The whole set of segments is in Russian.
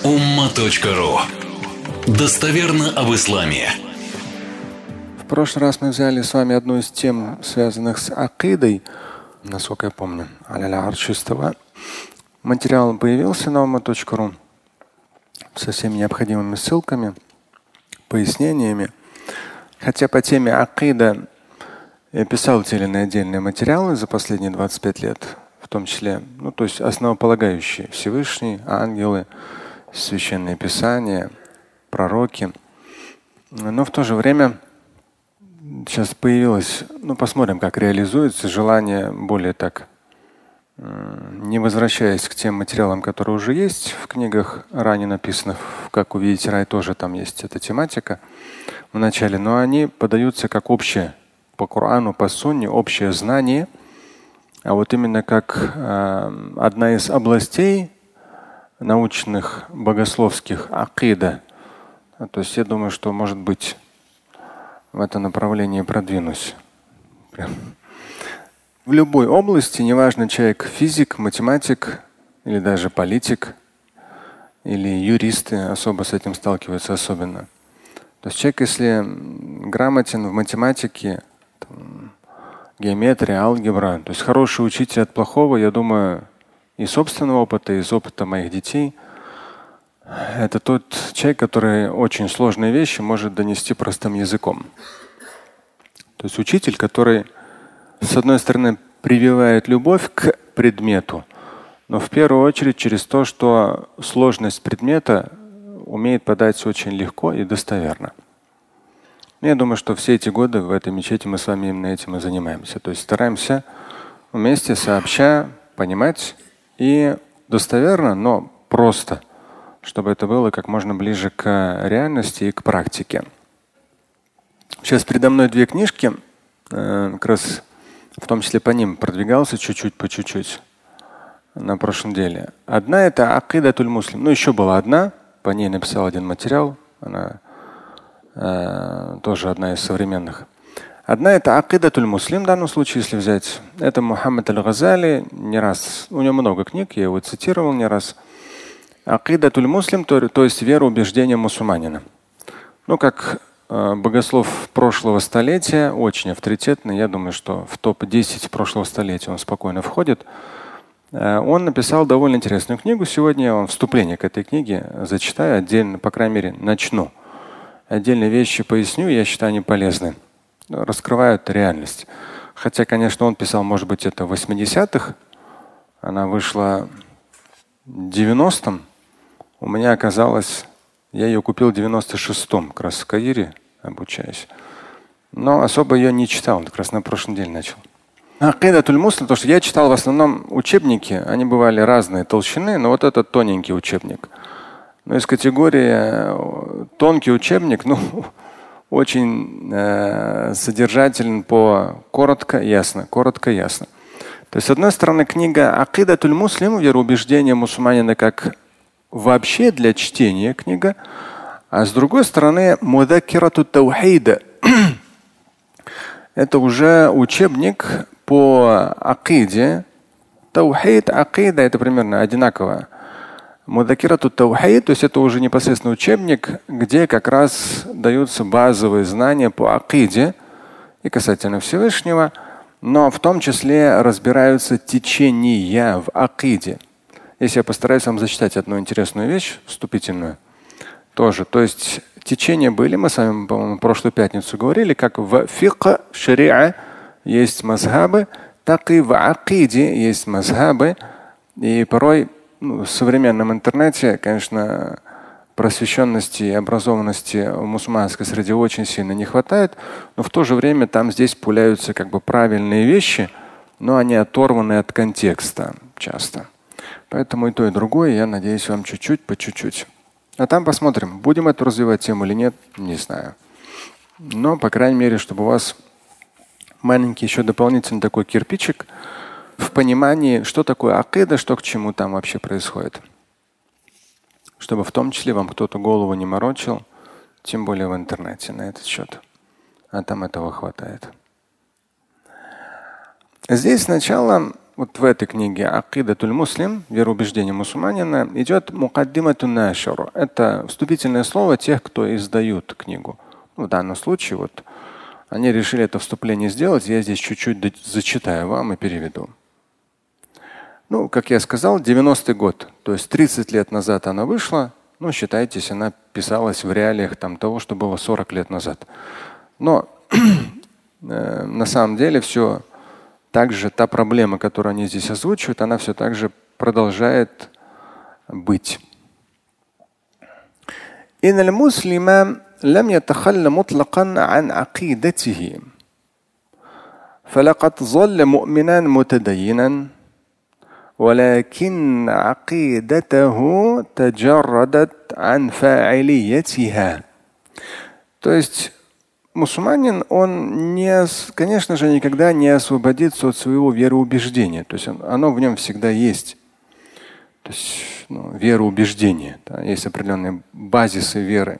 umma.ru. Достоверно об исламе. В прошлый раз мы взяли с вами одну из тем, связанных с акидой, насколько я помню. Материал появился на umma.ru со всеми необходимыми ссылками, пояснениями. Хотя по теме акида я писал те или иные отдельные материалы за последние 25 лет, в том числе, то есть основополагающие: Всевышний, ангелы, священные писания, пророки. Но в то же время сейчас появилось, посмотрим, как реализуется желание более так, не возвращаясь к тем материалам, которые уже есть в книгах ранее написанных, как увидите, рай, тоже там есть эта тематика в начале, но они подаются как общее по Корану, по Сунне, общее знание, а вот именно как одна из областей научных, богословских акида. То есть я думаю, что, может быть, в это направление продвинусь. В любой области, неважно, человек физик, математик или даже политик, или юристы особо с этим сталкиваются особенно. То есть человек, если грамотен в математике, геометрия, алгебра, то есть хороший учитель от плохого, я думаю, из собственного опыта, из опыта моих детей, это тот человек, который очень сложные вещи может донести простым языком. То есть учитель, который, с одной стороны, прививает любовь к предмету, но в первую очередь через то, что сложность предмета умеет подать очень легко и достоверно. Я думаю, что все эти годы в этой мечети мы с вами именно этим и занимаемся. То есть стараемся вместе сообща понимать и достоверно, но просто, чтобы это было как можно ближе к реальности и к практике. Сейчас передо мной две книжки, как раз в том числе по ним продвигался чуть-чуть по чуть-чуть на прошлом деле. Одна — это акидатуль муслим. Еще была одна, по ней написал один материал. Она тоже одна из современных. Одна — это акидатуль муслим, в данном случае, если взять. Это Мухаммад аль-Газали, не раз, у него много книг, я его цитировал не раз. Акидатуль муслим, то есть вероубеждение мусульманина. Как богослов прошлого столетия, очень авторитетный, я думаю, что в топ-10 прошлого столетия он спокойно входит. Он написал довольно интересную книгу. Сегодня я вам вступление к этой книге зачитаю отдельно, по крайней мере, начну. Отдельные вещи поясню, я считаю, они полезны. Раскрывают реальность. Хотя, конечно, он писал, может быть, это в 80-х. Она вышла в 90-м. У меня оказалось, я ее купил в 96-м, как раз в Каире, обучаясь. Но особо ее не читал, как раз на прошлой неделе начал. Акидатуль муслим, то, что я читал в основном учебники, они бывали разные толщины, но вот этот тоненький учебник. Но из категории тонкий учебник, очень содержателен по коротко, ясно, коротко, ясно. То есть, с одной стороны, книга Акидатуль муслим, вероубеждение мусульманина как вообще для чтения книга, а с другой стороны, Мудаккиратут таухида. Это уже учебник по акиде. Таухид, акида — это примерно одинаково. Мудаккиратут таухид, то есть это уже непосредственно учебник, где как раз даются базовые знания по акиде и касательно Всевышнего, но в том числе разбираются течения в акиде. Если я постараюсь вам зачитать одну интересную вещь, вступительную, тоже. То есть течения были, мы с вами, по-моему, в прошлую пятницу говорили, как в фикх, в шариа есть мазхабы, так и в акиде есть мазхабы. И порой в современном интернете, конечно, просвещенности и образованности в мусульманской среде очень сильно не хватает, но в то же время там здесь пуляются правильные вещи, но они оторваны от контекста часто. Поэтому и то, и другое, я надеюсь, вам чуть-чуть, по чуть-чуть. А там посмотрим, будем эту развивать тему или нет, не знаю. Но, по крайней мере, чтобы у вас маленький еще дополнительный такой кирпичик в понимании, что такое акида, что к чему там вообще происходит. Чтобы в том числе вам кто-то голову не морочил, тем более в интернете на этот счет. А там этого хватает. Здесь сначала вот в этой книге «Акидатуль муслим», вероубеждение мусульманина, идет мукаддиматун нашр. Это вступительное слово тех, кто издают книгу. В данном случае вот они решили это вступление сделать. Я здесь чуть-чуть зачитаю вам и переведу. Как я сказал, 90-й год, то есть 30 лет назад она вышла. Считайте, она писалась в реалиях того, что было 40 лет назад. Но на самом деле все так же, та проблема, которую они здесь озвучивают, она все так же продолжает быть. إن المسلم لم يتخلى مطلقا عن عقيدته فلقد ظل مؤمنا متدينا ولكن عقيدته تجردت عن فاعليتها. То есть мусульманин, он конечно же, никогда не освободится от своего вероубеждения. То есть оно в нем всегда есть. То есть вероубеждение. Есть определенные базисы веры.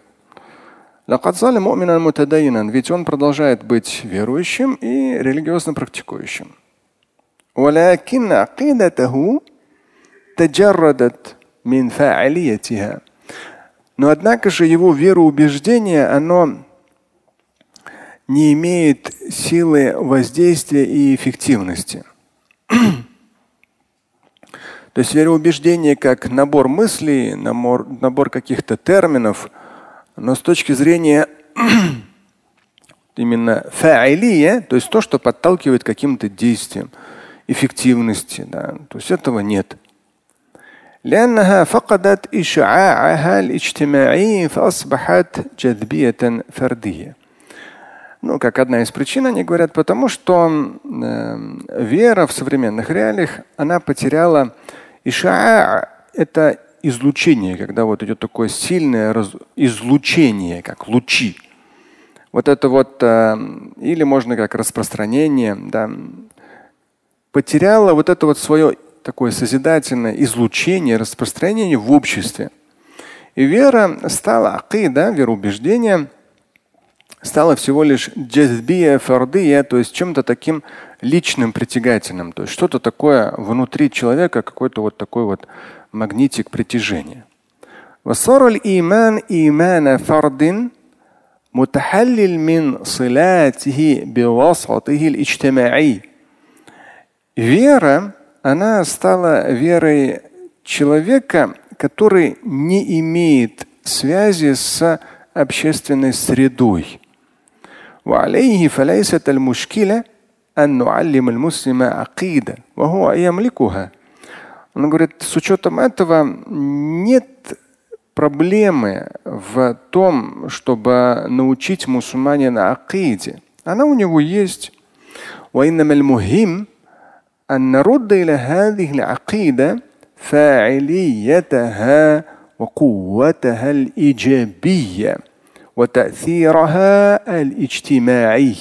Ведь он продолжает быть верующим и религиозно практикующим. Но однако же его вероубеждение, оно не имеет силы воздействия и эффективности. То есть вероубеждение как набор мыслей, набор каких-то терминов, но с точки зрения именно фа'илия, то есть то, что подталкивает к каким-то действиям, эффективности, то есть этого нет. لأنها فقدت إشعاعها الاجتماعي فأصبحت جاذبية فردية. Как одна из причин, они говорят, потому что вера в современных реалиях, она потеряла ишаа, это излучение, когда вот идет такое сильное излучение, как лучи. Вот это вот, или можно как распространение, потеряла вот это вот свое такое созидательное излучение, распространение в обществе. И вера стала акида, вероубеждение, стало всего лишь джазбия фардия, то есть чем-то таким личным, притягательным. То есть что-то такое внутри человека, какой-то вот такой вот магнитик притяжения. Вера, она стала верой человека, который не имеет связи с общественной средой. وعليه فليست المشكلة أن نعلم المسلم عقيدة وهو يملكها. Он говорит, с учетом этого нет проблемы в том, чтобы научить мусульманина акиде. Она у него есть. وإنما المهم أن نرد إلى هذه العقيدة فاعليتها وقوتها الإيجابية وتأثيرها الاجتماعي.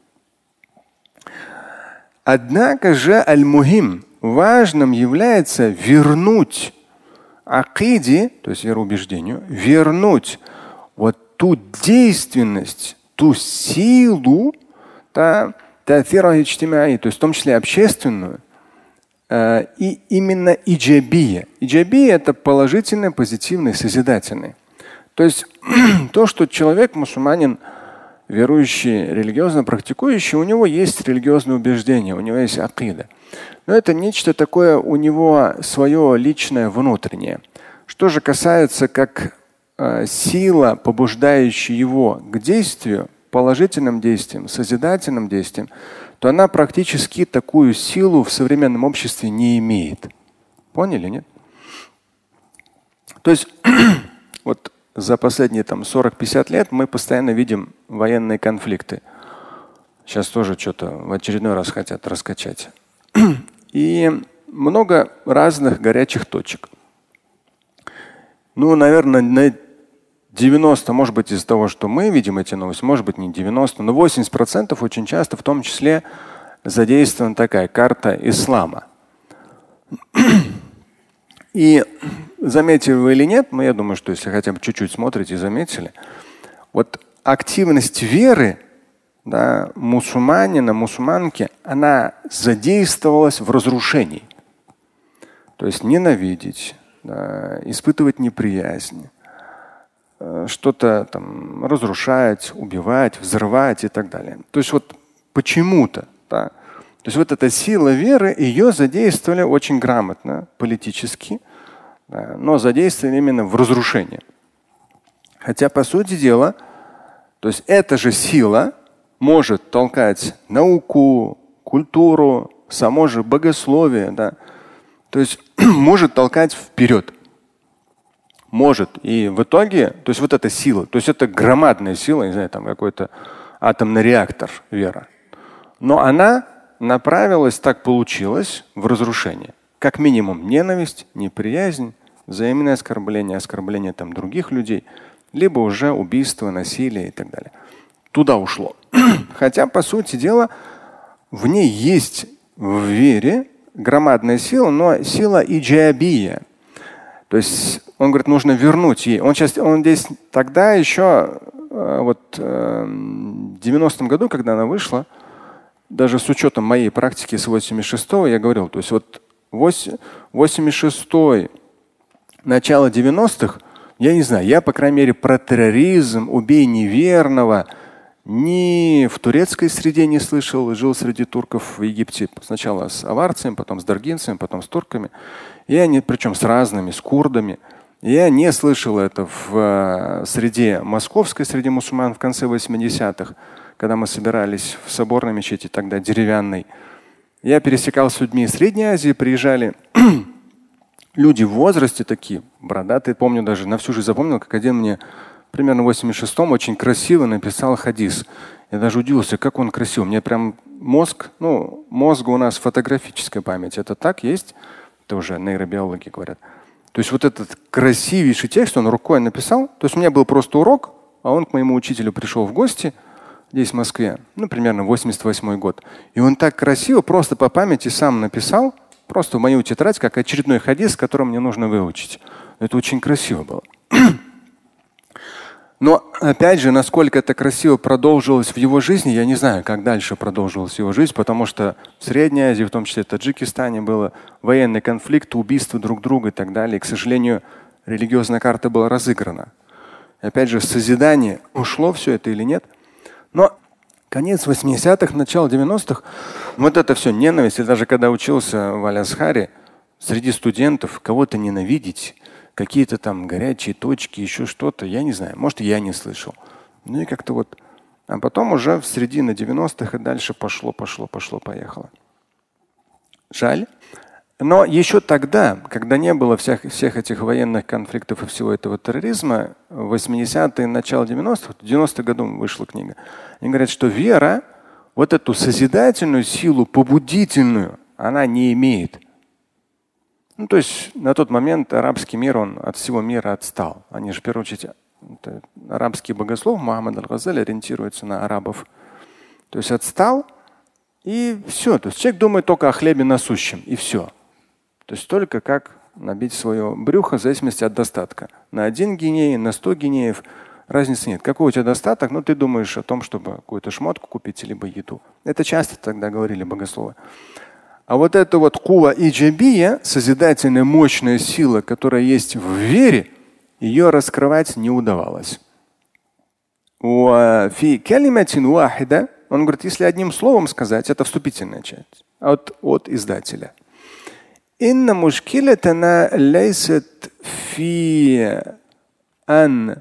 Однако же аль-мухим, важным является вернуть акиде, то есть вероубеждению, вернуть вот ту действенность, ту силу, то есть в том числе общественную, и именно иджабия. Иджабия – это положительный, позитивный, созидательный. То есть то, что человек, мусульманин, верующий, религиозно практикующий, у него есть религиозное убеждение, у него есть акида. Но это нечто такое у него свое личное, внутреннее. Что же касается как сила, побуждающая его к действию, положительным действиям, созидательным действиям, то она практически такую силу в современном обществе не имеет. Поняли, нет? То есть вот за последние 40-50 лет мы постоянно видим военные конфликты. Сейчас тоже что-то в очередной раз хотят раскачать. И много разных горячих точек. Наверное, на 90, может быть, из-за того, что мы видим эти новости, может быть, не 90, но 80% очень часто, в том числе, задействована такая карта ислама. И заметили вы или нет, но я думаю, что если хотя бы чуть-чуть смотрите и заметили, вот активность веры да, мусульманина, мусульманки, она задействовалась в разрушении. То есть ненавидеть, да, испытывать неприязнь, что-то там разрушать, убивать, взрывать и так далее. То есть вот почему-то, да, то есть вот эта сила веры, ее задействовали очень грамотно, политически, да, но задействовали именно в разрушении. Хотя, по сути дела, то есть эта же сила может толкать науку, культуру, само же богословие, да, то есть может толкать вперед. Может. И в итоге, то есть вот эта сила, то есть это громадная сила, не знаю, там какой-то атомный реактор, вера. Но она направилась, так получилось, в разрушение. Как минимум ненависть, неприязнь, взаимное оскорбление, оскорбление там других людей, либо уже убийство, насилие и так далее. Туда ушло. Хотя, по сути дела, в ней есть в вере громадная сила, но сила иджабия. То есть он говорит, нужно вернуть ей. Он здесь тогда еще, в 90-м году, когда она вышла, даже с учетом моей практики с 86-го, я говорил, то есть вот 86-й, начало 90-х, я не знаю, я, по крайней мере, про терроризм, убей неверного, ни в турецкой среде не слышал, жил среди турков в Египте. Сначала с аварцами, потом с даргинцами, потом с турками. Причем с разными, с курдами. Я не слышал это в среде московской, среди мусульман в конце 80-х, когда мы собирались в соборной мечети, тогда деревянной. Я пересекался с людьми из Средней Азии, приезжали люди в возрасте такие, бородатые. Помню, даже на всю жизнь запомнил, как один мне примерно в 86-м очень красиво написал хадис. Я даже удивился, как он красив. Мне прям мозгу у нас фотографическая память. Это так есть? Это уже нейробиологи говорят. То есть вот этот красивейший текст он рукой написал. То есть у меня был просто урок, а он к моему учителю пришел в гости здесь, в Москве, примерно 88-й год. И он так красиво просто по памяти сам написал, просто в мою тетрадь, как очередной хадис, который мне нужно выучить. Это очень красиво было. Но опять же, насколько это красиво продолжилось в его жизни, я не знаю, как дальше продолжилась его жизнь, потому что в Средней Азии, в том числе в Таджикистане, было военный конфликт, убийства друг друга и так далее. И, к сожалению, религиозная карта была разыграна. И опять же, созидание, ушло все это или нет. Но конец 80-х, начало 90-х, вот это все ненависть. И даже когда учился в Аль-Азхаре, среди студентов кого-то ненавидеть, какие-то там горячие точки, еще что-то, я не знаю, может, я не слышал. Ну и как-то вот. А потом уже в середине 90-х и дальше пошло, поехало. Жаль. Но еще тогда, когда не было всех этих военных конфликтов и всего этого терроризма, в 80-е, начало 90-х, в 90-х году вышла книга, они говорят, что вера, вот эту созидательную силу, побудительную, она не имеет. То есть на тот момент арабский мир, он от всего мира отстал. Они же, в первую очередь, арабский богослов Мухаммад аль-Газали ориентируется на арабов. То есть отстал, и все. То есть человек думает только о хлебе насущем, и все. То есть только как набить свое брюхо в зависимости от достатка. На 1 гиней, на 100 гинеев разницы нет. Какой у тебя достаток? Ты думаешь о том, чтобы какую-то шмотку купить, либо еду. Это часто тогда говорили богословы. А вот эта вот кува иджабия, созидательная мощная сила, которая есть в вере, ее раскрывать не удавалось. Он говорит, если одним словом сказать, это вступительная часть от издателя. Инна мушкилатана лейсат фи ан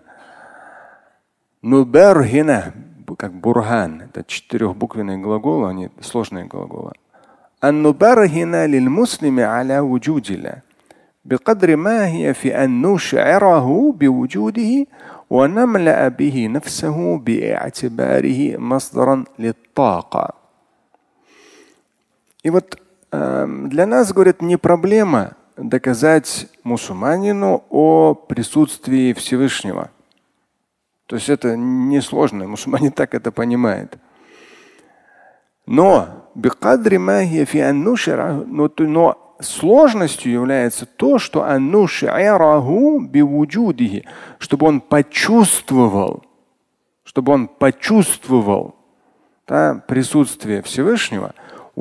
нубархина, как бурхан, это 4-буквенные глаголы, они сложные глаголы. أن نبرهن للمسلم على وجود الله بقدر ما هي في أن نشعره بوجوده ونملأ به نفسه باعتباره مصدرا للطاقة. И вот для нас, говорит, не проблема доказать мусульманину о присутствии Всевышнего. То есть это несложно, мусульманин так это понимает. Но сложностью является то, что чтобы он почувствовал, да, присутствие Всевышнего,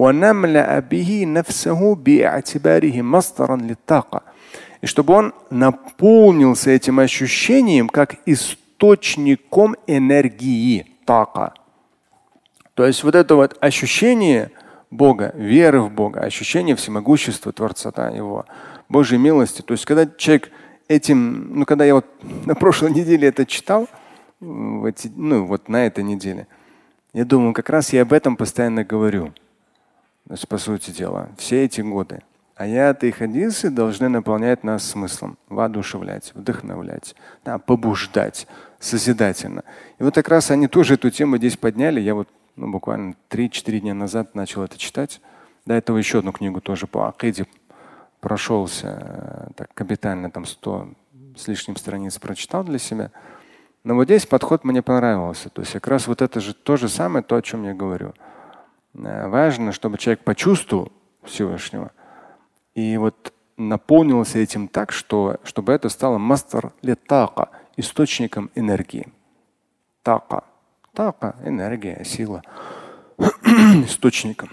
и чтобы он наполнился этим ощущением как источником энергии, така. То есть вот это вот ощущение Бога, веры в Бога, ощущение всемогущества Творца, да, Его, Божьей милости. То есть когда человек этим, когда я вот на прошлой неделе это читал, вот на этой неделе, я думал, как раз я об этом постоянно говорю. То есть, по сути дела, все эти годы. Аяты и хадисы должны наполнять нас смыслом, воодушевлять, вдохновлять, да, побуждать, созидательно. И вот как раз они тоже эту тему здесь подняли. Я вот буквально 3-4 дня назад начал это читать. До этого еще одну книгу тоже по акиде прошелся так капитально, там 100 с лишним страниц прочитал для себя. Но вот здесь подход мне понравился. То есть как раз вот это же то же самое, то, о чем я говорю. Важно, чтобы человек почувствовал Всевышнего и вот наполнился этим так, чтобы это стало мастер литака, источником энергии. Така. Така, энергия, сила. Источником.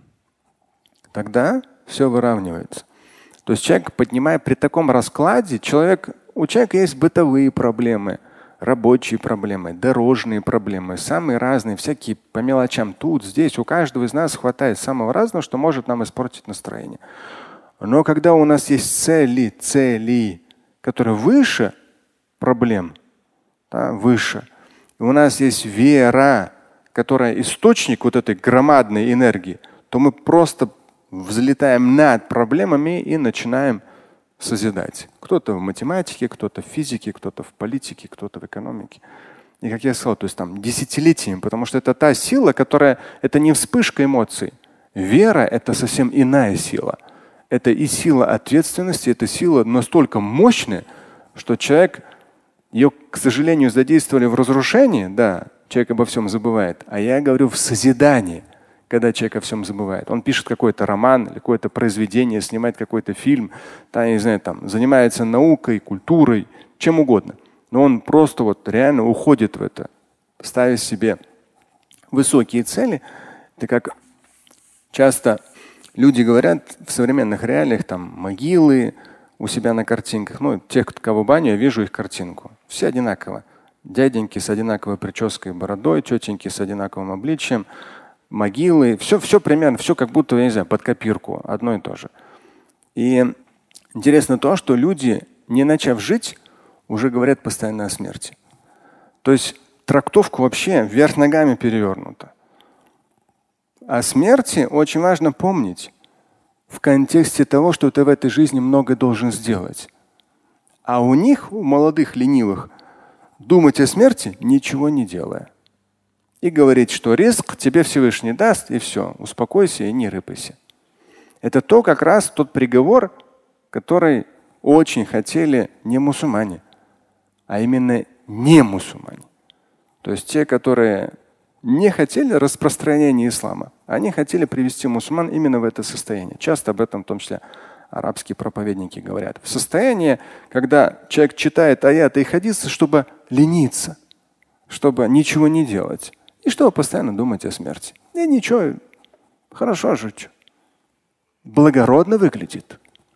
Тогда все выравнивается. То есть человек, поднимая при таком раскладе, у человека есть бытовые проблемы, рабочие проблемы, дорожные проблемы, самые разные, всякие по мелочам тут, здесь. У каждого из нас хватает самого разного, что может нам испортить настроение. Но когда у нас есть цели, которые выше проблем, да, выше, и у нас есть вера, которая источник вот этой громадной энергии, то мы просто взлетаем над проблемами и начинаем созидать. Кто-то в математике, кто-то в физике, кто-то в политике, кто-то в экономике. И как я сказал, то есть там десятилетиями, потому что это та сила, это не вспышка эмоций. Вера – это совсем иная сила. Это и сила ответственности, это сила настолько мощная, что человек ее, к сожалению, задействовали в разрушении, да, человек обо всем забывает. А я говорю в созидании, когда человек о всем забывает. Он пишет какой-то роман, или какое-то произведение, снимает какой-то фильм, там, я не знаю, занимается наукой, культурой, чем угодно. Но он просто вот реально уходит в это, ставя себе высокие цели. Это как часто люди говорят в современных реалиях, могилы у себя на картинках. Тех, кого баню, я вижу их картинку. Все одинаково. Дяденьки с одинаковой прической и бородой, тетеньки с одинаковым обличием, могилы. Все примерно, все как будто, я не знаю, под копирку. Одно и то же. И интересно то, что люди, не начав жить, уже говорят постоянно о смерти. То есть трактовка вообще вверх ногами перевернута. О смерти очень важно помнить в контексте того, что ты в этой жизни много должен сделать. А у них, у молодых ленивых, думать о смерти, ничего не делая. И говорить, что риск тебе Всевышний даст, и все, успокойся и не рыпайся. Это как раз тот приговор, который очень хотели не мусульмане, а именно не мусульмане. То есть те, которые не хотели распространения ислама, они хотели привести мусульман именно в это состояние. Часто об этом в том числе арабские проповедники говорят. В состоянии, когда человек читает аяты и хадисы, чтобы лениться, чтобы ничего не делать и чтобы постоянно думать о смерти. И ничего, хорошо жить. Благородно выглядит.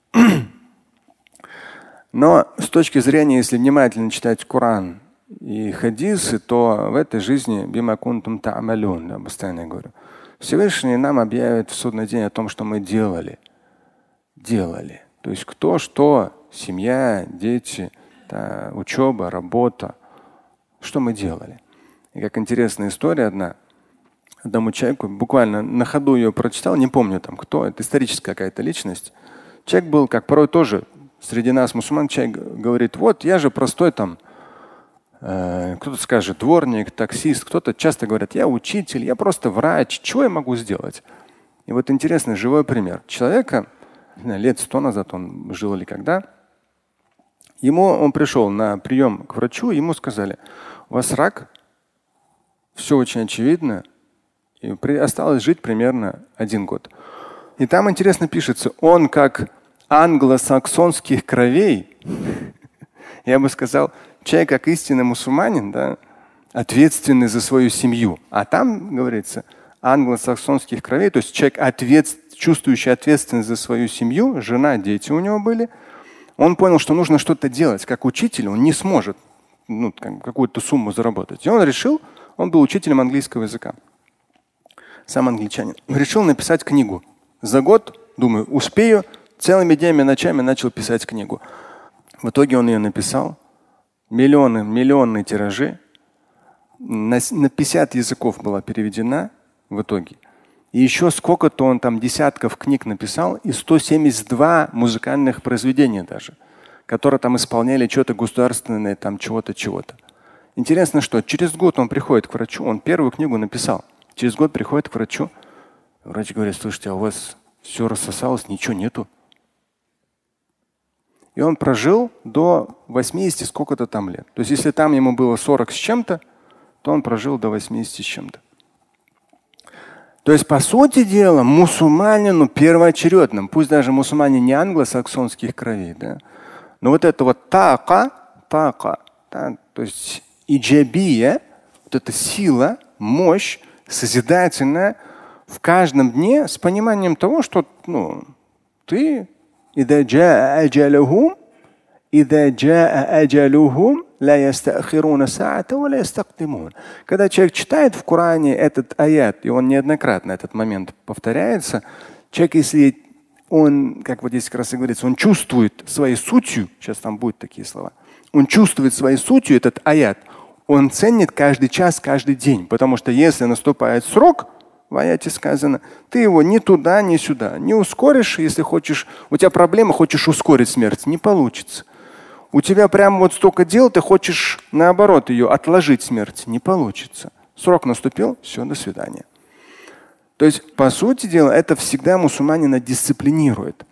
Но с точки зрения, если внимательно читать Коран и хадисы, то в этой жизни бима кунтум та'малун, я постоянно говорю. Всевышний нам объявит в судный день о том, что мы делали. То есть кто что, семья, дети, учеба, работа, что мы делали. И как интересная история одному человеку, буквально на ходу ее прочитал, не помню кто, это историческая какая-то личность. Человек был, как порой тоже среди нас, мусульман, человек говорит, вот я же простой кто-то скажет дворник, таксист, кто-то часто говорит, я учитель, я просто врач, чего я могу сделать? И вот интересный живой пример. Человека, лет 100 назад он жил или когда, он пришел на прием к врачу, ему сказали, у вас рак, все очень очевидно, и осталось жить примерно 1 год. И там интересно пишется, он как англосаксонских кровей, я бы сказал, человек как истинный мусульманин, да, ответственный за свою семью. А там, говорится, англосаксонских кровей, то есть человек, чувствующий ответственность за свою семью, жена, дети у него были, он понял, что нужно что-то делать. Как учитель он не сможет какую-то сумму заработать. И он решил, он был учителем английского языка, сам англичанин, решил написать книгу. За год, думаю, успею, целыми днями, ночами начал писать книгу. В итоге он ее написал. Миллионные тиражи. На 50 языков была переведена в итоге. И еще сколько-то он там десятков книг написал, и 172 музыкальных произведения даже, которые там исполняли что-то государственное, там чего-то. Интересно, что через год он приходит к врачу, он первую книгу написал. Через год приходит к врачу. Врач говорит: слушайте, а у вас все рассосалось, ничего нету. И он прожил до 80 сколько-то там лет. То есть если там ему было 40 с чем-то, то он прожил до 80 с чем-то. То есть, по сути дела, мусульманину первоочередным, пусть даже мусульмане не англосаксонских кровей, да, но вот это вот така, да, то есть иджабия, вот эта сила, мощь, созидательная в каждом дне с пониманием того, что ты إذا جاء أجلهم لا يستأخرون ساعة ولا يستقدمون. Когда человек читает в Коране этот аят, и он неоднократно этот момент повторяется, человек, если он, как вот здесь как раз и говорится, он чувствует своей сутью, сейчас там будут такие слова, он чувствует своей сутью этот аят, он ценит каждый час, каждый день, потому что если наступает срок, в аяте сказано, ты его ни туда, ни сюда не ускоришь, если хочешь, у тебя проблема, хочешь ускорить смерть, не получится. У тебя прямо вот столько дел, ты хочешь наоборот ее отложить смерть, не получится. Срок наступил, все, до свидания. То есть, по сути дела, это всегда мусульманина дисциплинирует.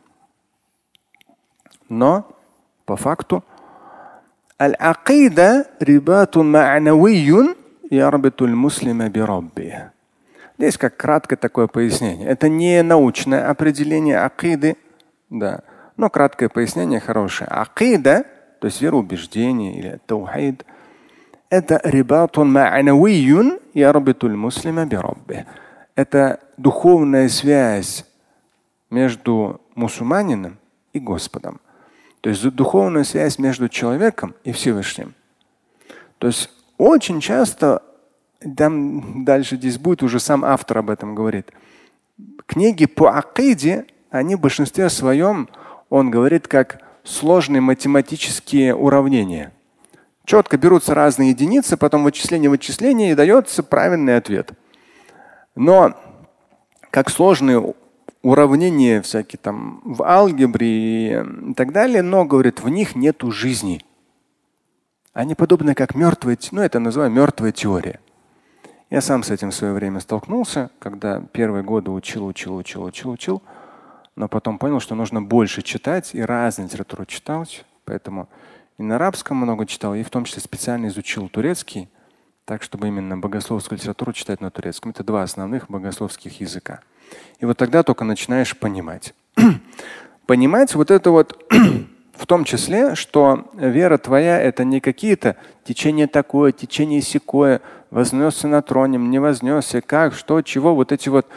Но по факту аль-акида рибатун ма'навийюн ярбитуль муслима бираббих. Здесь как краткое такое пояснение. Это не научное определение акиды, да, но краткое пояснение хорошее. Акида, то есть вероубеждение или таухид, это рибатун ма'навийюн ярбитуль муслима бираббих. Это духовная связь между мусульманином и Господом. То есть духовная связь между человеком и Всевышним. То есть очень часто, там дальше здесь будет, уже сам автор об этом говорит, книги по акиде, они в большинстве своем, он говорит, как сложные математические уравнения. Четко берутся разные единицы, потом вычисление и дается правильный ответ. Но как сложные уравнения всякие там в алгебре и так далее, но, говорит, в них нету жизни. Они подобны как мертвые, это называю мертвая теория. Я сам с этим в свое время столкнулся, когда первые годы учил, но потом понял, что нужно больше читать и разную литературу читать. Поэтому и на арабском много читал, и в том числе специально изучил турецкий, так, чтобы именно богословскую литературу читать на турецком. Это два основных богословских языка. И вот тогда только начинаешь понимать. Понимать вот это вот в том числе, что вера твоя — это не какие-то течение такое, течение сякое, вознесся на троне, не вознесся, как, что, чего, вот эти вот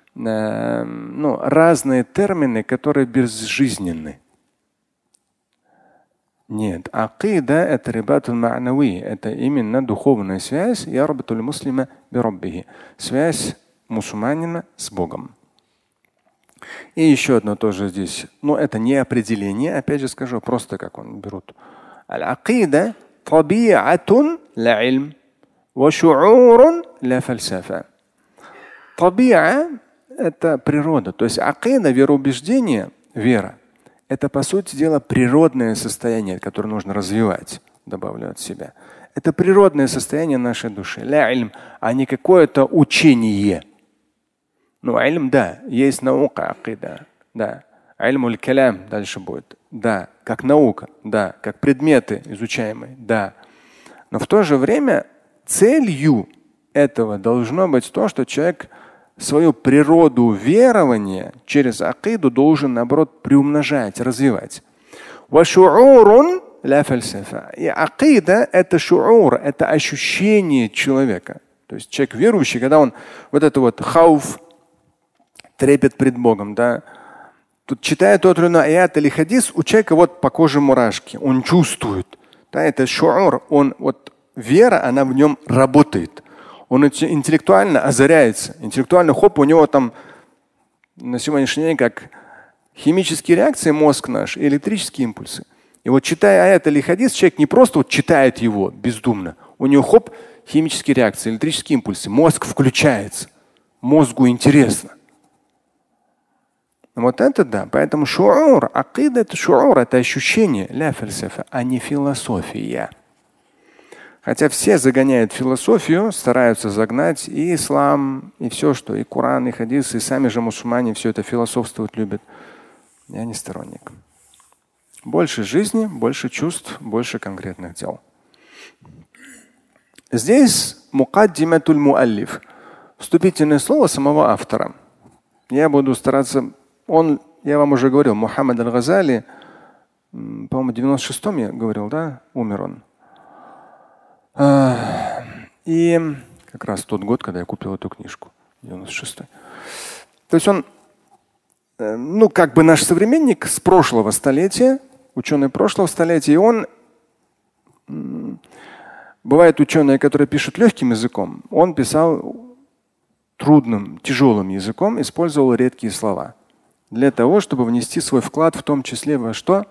разные термины, которые безжизненны. Нет, акида — это рибатуль ма'нави, это именно духовная связь, ярбитуль муслима бираббихи, связь мусульманина с Богом. И еще одно тоже здесь, это не определение, опять же скажу, просто как он берут. Аль-акида таби'атун ла илм ва шу'урун ла фальсафа. Таби'a — это природа, то есть акида, вероубеждение, вера. Это, по сути дела, природное состояние, которое нужно развивать, добавлю от себя. Это природное состояние нашей души. Ля ильм, а не какое-то учение. Ильм, да, есть наука, акида, да. Ильмуль калям дальше будет. Да, как наука, да, как предметы изучаемые, да. Но в то же время целью этого должно быть то, что человек свою природу верования через акиду должен, наоборот, приумножать, развивать. Вашуурун ля фальсафа. И акида – это шуур, это ощущение человека. То есть человек верующий, когда он вот это вот хауф, трепет пред Богом, да, тут читая тот или иной аят или хадис, у человека вот по коже мурашки, он чувствует. Да, это шуур, он вот вера, она в нем работает. Он интеллектуально озаряется. Интеллектуально хоп, у него там на сегодняшний день как химические реакции мозг наш, электрические импульсы. И вот читая аят или хадис, человек не просто вот читает его бездумно. У него хоп, химические реакции, электрические импульсы. Мозг включается. Мозгу интересно. Вот это да. Поэтому шуур, акида – это шуур, это ощущение, ля фальсафа, а не философия. Хотя все загоняют философию, стараются загнать и ислам, и все, что и Коран, и хадис, и сами же мусульмане все это философствовать любят. Я не сторонник. Больше жизни, больше чувств, больше конкретных дел. Здесь мукаддиматуль муаллиф. Вступительное слово самого автора. Я буду стараться. Я вам уже говорил, Мухаммад аль-Газали, по-моему, в 96-м я говорил, да, умер он. И как раз тот год, когда я купил эту книжку, 96-й. То есть он, как бы наш современник с прошлого столетия, ученый прошлого столетия, и он, бывают ученые, которые пишут легким языком, он писал трудным, тяжелым языком, использовал редкие слова для того, чтобы внести свой вклад, в том числе во что?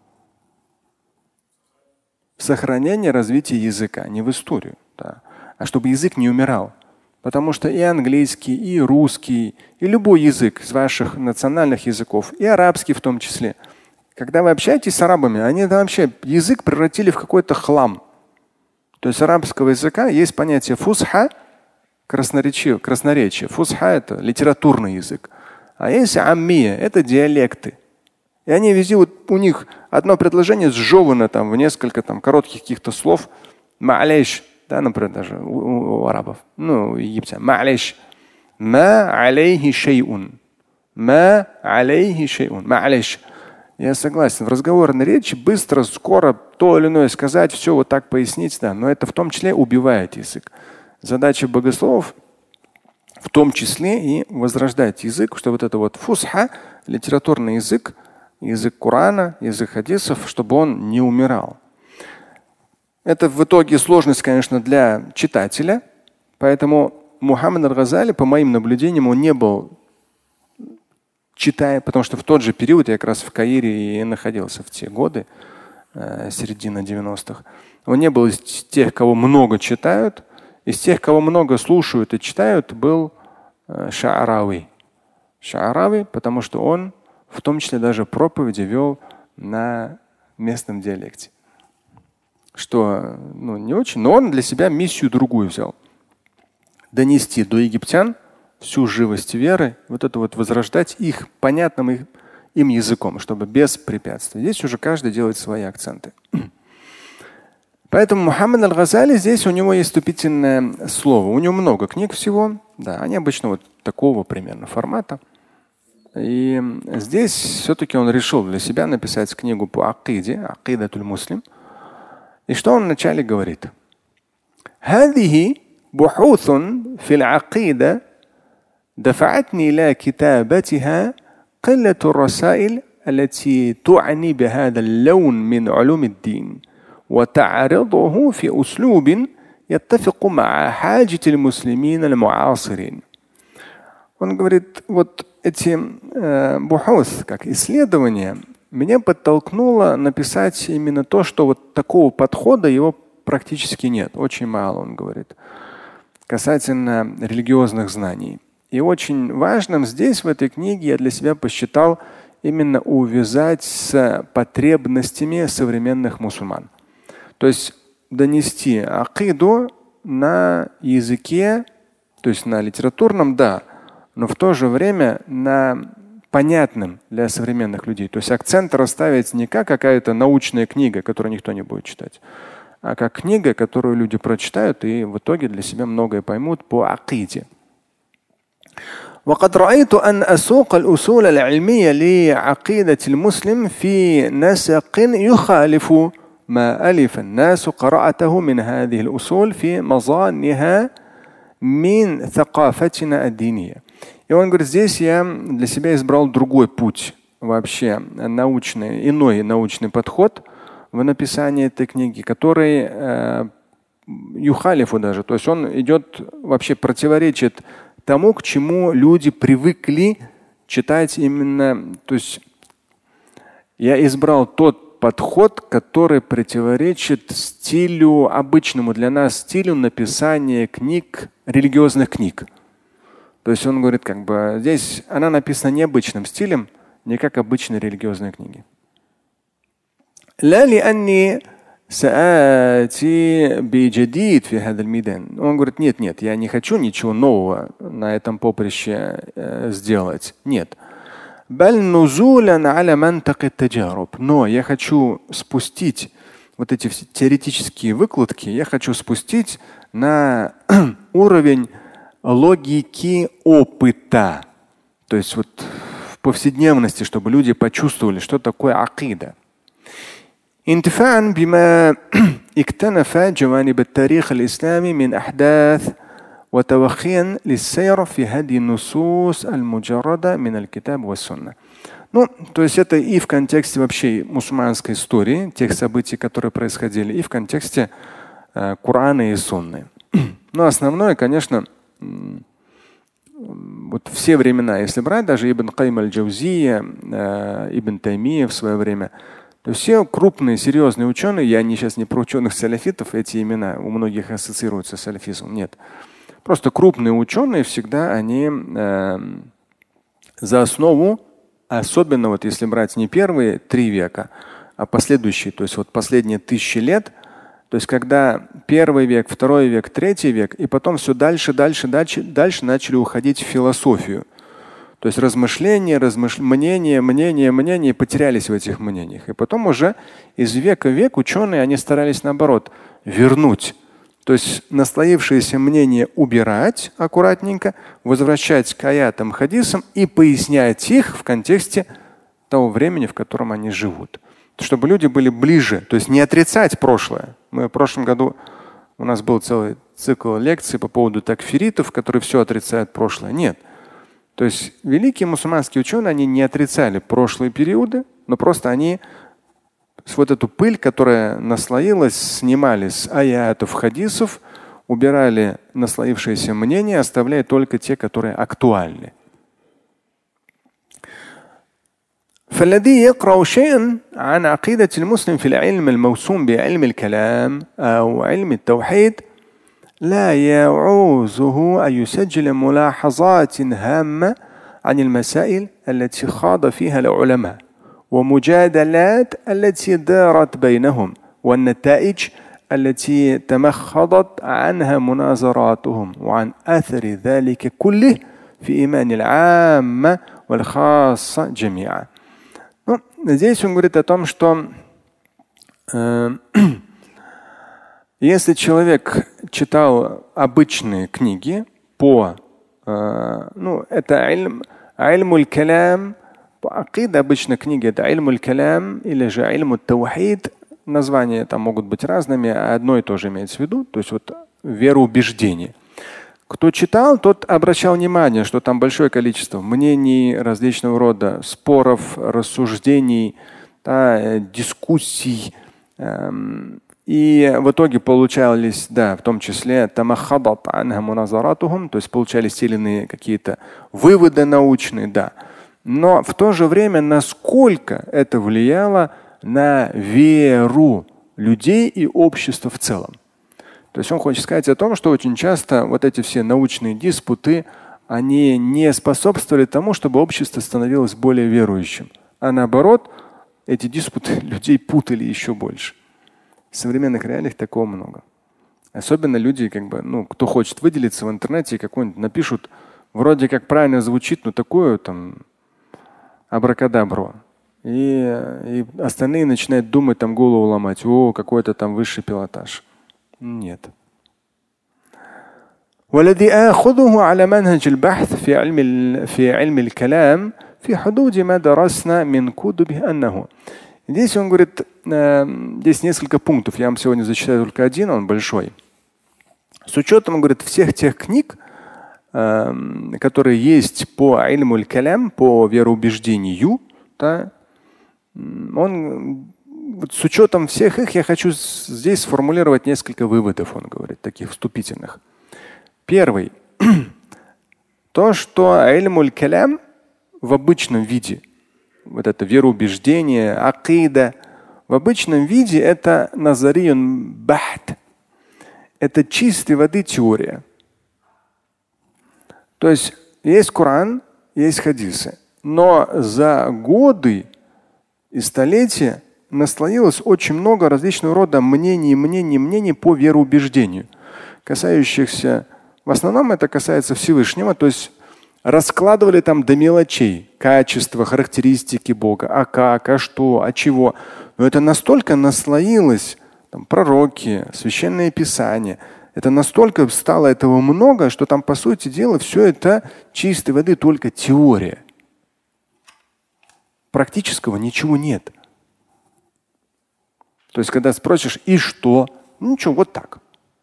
В сохранение развития языка, не в историю, да, а чтобы язык не умирал. Потому что и английский, и русский, и любой язык из ваших национальных языков, и арабский в том числе, когда вы общаетесь с арабами, они вообще язык превратили в какой-то хлам. То есть арабского языка есть понятие фусха, красноречие. Фусха – это литературный язык. А есть аммия – это диалекты. И они везде, вот у них одно предложение сжевано там в несколько там коротких каких-то слов. Ма'алейш, да, например, даже у арабов, у египтян. Ма'алейш. Ма алейхи шейун. Ма алейхи шейун. Ма'алейш. Я согласен. В разговорной речи быстро, скоро то или иное сказать, все вот так пояснить, да. Но это в том числе убивает язык. Задача богословов в том числе и возрождать язык, чтобы вот это вот фусха, литературный язык, язык Корана, язык хадисов, чтобы он не умирал. Это в итоге сложность, конечно, для читателя. Поэтому Мухаммад аль-Газали, по моим наблюдениям, он не был читая, потому что в тот же период я как раз в Каире и находился в те годы, середина 90-х. Он не был из тех, кого много читают. Из тех, кого много слушают и читают, был Шаарави. Шаарави, потому что он в том числе даже проповеди вел на местном диалекте. Что не очень, но он для себя миссию другую взял. Донести до египтян всю живость веры, вот это вот возрождать их понятным им языком, чтобы без препятствий. Здесь уже каждый делает свои акценты. Поэтому Мухаммад аль-Газали, здесь у него есть вступительное слово. У него много книг всего. Да, они обычно вот такого примерно формата. И здесь все-таки он решил для себя написать книгу по акиде, акидатуль муслим. И что он вначале говорит? هذه بحوث في العقيدة دفعتني إلى كتابتها قلة الرسائل التي تعني بهذا اللون من علوم الدين وتعرضه في أسلوب يتفق مع حاجة المسلمين المعاصرين. Он говорит, вот эти бухаус, как исследования, меня подтолкнуло написать именно то, что вот такого подхода его практически нет. Очень мало, он говорит, касательно религиозных знаний. И очень важным здесь, в этой книге, я для себя посчитал именно увязать с потребностями современных мусульман. То есть донести акиду на языке, то есть на литературном, да, но в то же время на понятным для современных людей. То есть акцент расставить не как какая-то научная книга, которую никто не будет читать, а как книга, которую люди прочитают и в итоге для себя многое поймут по акиде. وقد رأيت أن أسوق الأصول العلمية لعقيدة المسلم في نسق يخالف ما ألف الناس قرأته من هذه الأصول في مظانها من ثقافتنا الدينية. И он говорит, здесь я для себя избрал другой путь, вообще научный, иной научный подход в написании этой книги, который юхалифу даже, то есть он идет, вообще противоречит тому, к чему люди привыкли читать именно. То есть я избрал тот подход, который противоречит стилю, обычному для нас стилю написания книг, религиозных книг. То есть он говорит, как бы здесь она написана необычным стилем, не как обычные религиозные книги. Он говорит, нет, я не хочу ничего нового на этом поприще сделать. Нет. Но я хочу спустить вот эти теоретические выкладки, я хочу спустить на уровень логики опыта. То есть вот в повседневности, чтобы люди почувствовали, что такое акида. انتفاعا بما اكتنف جوانب التاريخ الإسلامي من أحداث وتوخيا للسير في هذه النصوص المجردة من الكتاب والسنة. Ну, то есть это и в контексте вообще мусульманской истории, тех событий, которые происходили, и в контексте Корана и Сунны. Но основное, конечно, вот все времена, если брать, даже Ибн Кайм аль-Джаузия, Ибн Таймия в свое время, то все крупные, серьезные ученые, я сейчас не про ученых-салафитов, эти имена у многих ассоциируются с салафизмом, нет. Просто крупные ученые всегда, они за основу, особенно вот если брать не первые 3 века, а последующие, то есть вот последние 1000 лет, то есть когда 1 век, 2 век, 3 век, и потом все дальше начали уходить в философию. То есть размышления, мнения потерялись в этих мнениях. И потом уже из века в век ученые, они старались наоборот вернуть. То есть наслоившиеся мнения убирать аккуратненько, возвращать к аятам, хадисам и пояснять их в контексте того времени, в котором они живут. Чтобы люди были ближе, то есть не отрицать прошлое. Мы в прошлом году, у нас был целый цикл лекций по поводу такфиритов, которые все отрицают прошлое. Нет. То есть великие мусульманские ученые, они не отрицали прошлые периоды, но просто они вот эту пыль, которая наслоилась, снимали с аятов, хадисов, убирали наслоившиеся мнения, оставляя только те, которые актуальны. فالذي يقرأ شيئا عن عقيدة المسلم في العلم الموسوم بعلم الكلام أو علم التوحيد لا يعوزه أن يسجل ملاحظات هامة عن المسائل التي خاض فيها العلماء ومجادلات التي دارت بينهم والنتائج التي تمخضت عنها مناظراتهم وعن أثر ذلك كله في إيمان العامة والخاصة جميعا. Ну, здесь он говорит о том, что если человек читал обычные книги по, это ильмуль калям, акида, обычно книги это ильмуль калям или же ильмуль таухид, названия там могут быть разными, а одно и то же имеется в виду, то есть вот вероубеждение. Кто читал, тот обращал внимание, что там большое количество мнений различного рода, споров, рассуждений, дискуссий. И в итоге получались, в том числе, то есть получались те или иные какие-то выводы научные, Но в то же время, насколько это влияло на веру людей и общества в целом. То есть он хочет сказать о том, что очень часто вот эти все научные диспуты, они не способствовали тому, чтобы общество становилось более верующим. А наоборот, эти диспуты людей путали еще больше. В современных реалиях такого много. Особенно люди, кто хочет выделиться в интернете, какой-нибудь напишут, вроде как правильно звучит, но такое там абракадабро. И остальные начинают думать, там голову ломать, какой-то там высший пилотаж. Нет. والذي آخذه على منهج البحث في علم الكلام في حدود ما درسنا من كتبه أنه. Здесь он говорит, здесь несколько пунктов. Я вам сегодня зачитаю только один, он большой. С учетом, он говорит, всех тех книг, которые есть по ильму калям, по вероубеждению, да, вот с учетом всех их я хочу здесь сформулировать несколько выводов, он говорит, таких вступительных. Первый. То, что ильму калям в обычном виде, вот это вероубеждение, акида, в обычном виде это назариюн бахт. Это чистой воды теория. То есть есть Коран, есть хадисы. Но за годы и столетия наслоилось очень много различного рода мнений по вероубеждению, касающихся, в основном это касается Всевышнего, то есть раскладывали там до мелочей качества, характеристики Бога, а как, а что, а чего. Но это настолько наслоилось, там, пророки, священные писания, это настолько стало этого много, что там, по сути дела, все это чистой воды только теория. Практического ничего нет. То есть, когда спросишь, и что? Ну ничего, вот так.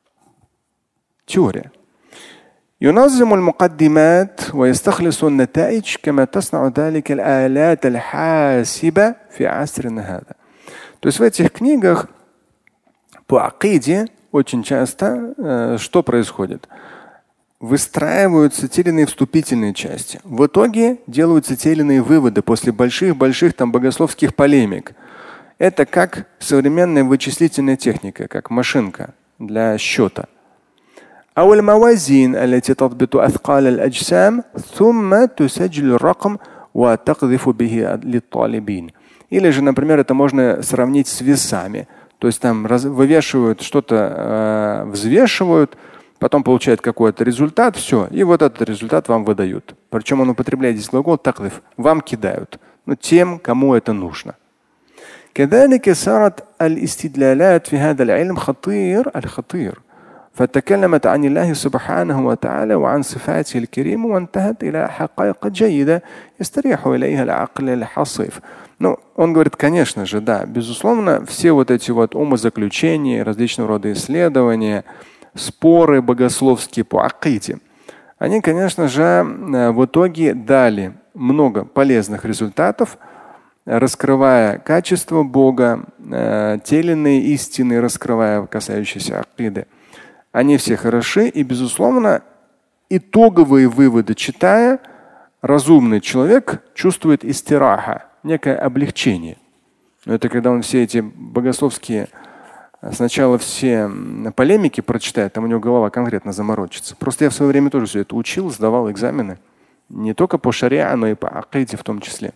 Теория. ينظم المقدمات ويستخلص النتائج كما تصنع ذلك الآلات الحاسبة في عصرنا هذا. То есть в этих книгах по акиде очень часто что происходит? Выстраиваются те или иные вступительные части. В итоге делаются те или иные выводы после больших там богословских полемик. Это как современная вычислительная техника, как машинка для счета. أو الموازين التي تضبط أثقال الأجسام ثم تسجل الرقم وتقذف به للطالبين. Или же, например, это можно сравнить с весами. То есть там вывешивают что-то, взвешивают, потом получают какой-то результат, все, и вот этот результат вам выдают. Причем он употребляет здесь глагол тaqdif, вам кидают, но тем, кому это нужно. كذلك صارت الاستدلالات في هذا العلم الخطير. فتكلمت عن الله سبحانه وتعالى وعن صفاته الكريمة وانتهت إلى حقائق جيدة يستريح إليها العقل الحصيف. Ну, он говорит, конечно же, да, безусловно, все вот эти вот умозаключения, различного рода исследования, споры богословские по акиде, они, конечно же, в итоге дали много полезных результатов, раскрывая качество Бога, те или иные истины, раскрывая касающиеся акиды. Они все хороши, и, безусловно, итоговые выводы читая, разумный человек чувствует истираха, некое облегчение. Но это когда он все эти богословские, сначала все полемики прочитает, там у него голова конкретно заморочится. Просто я в свое время тоже все это учил, сдавал экзамены. Не только по шариа, но и по акиде в том числе.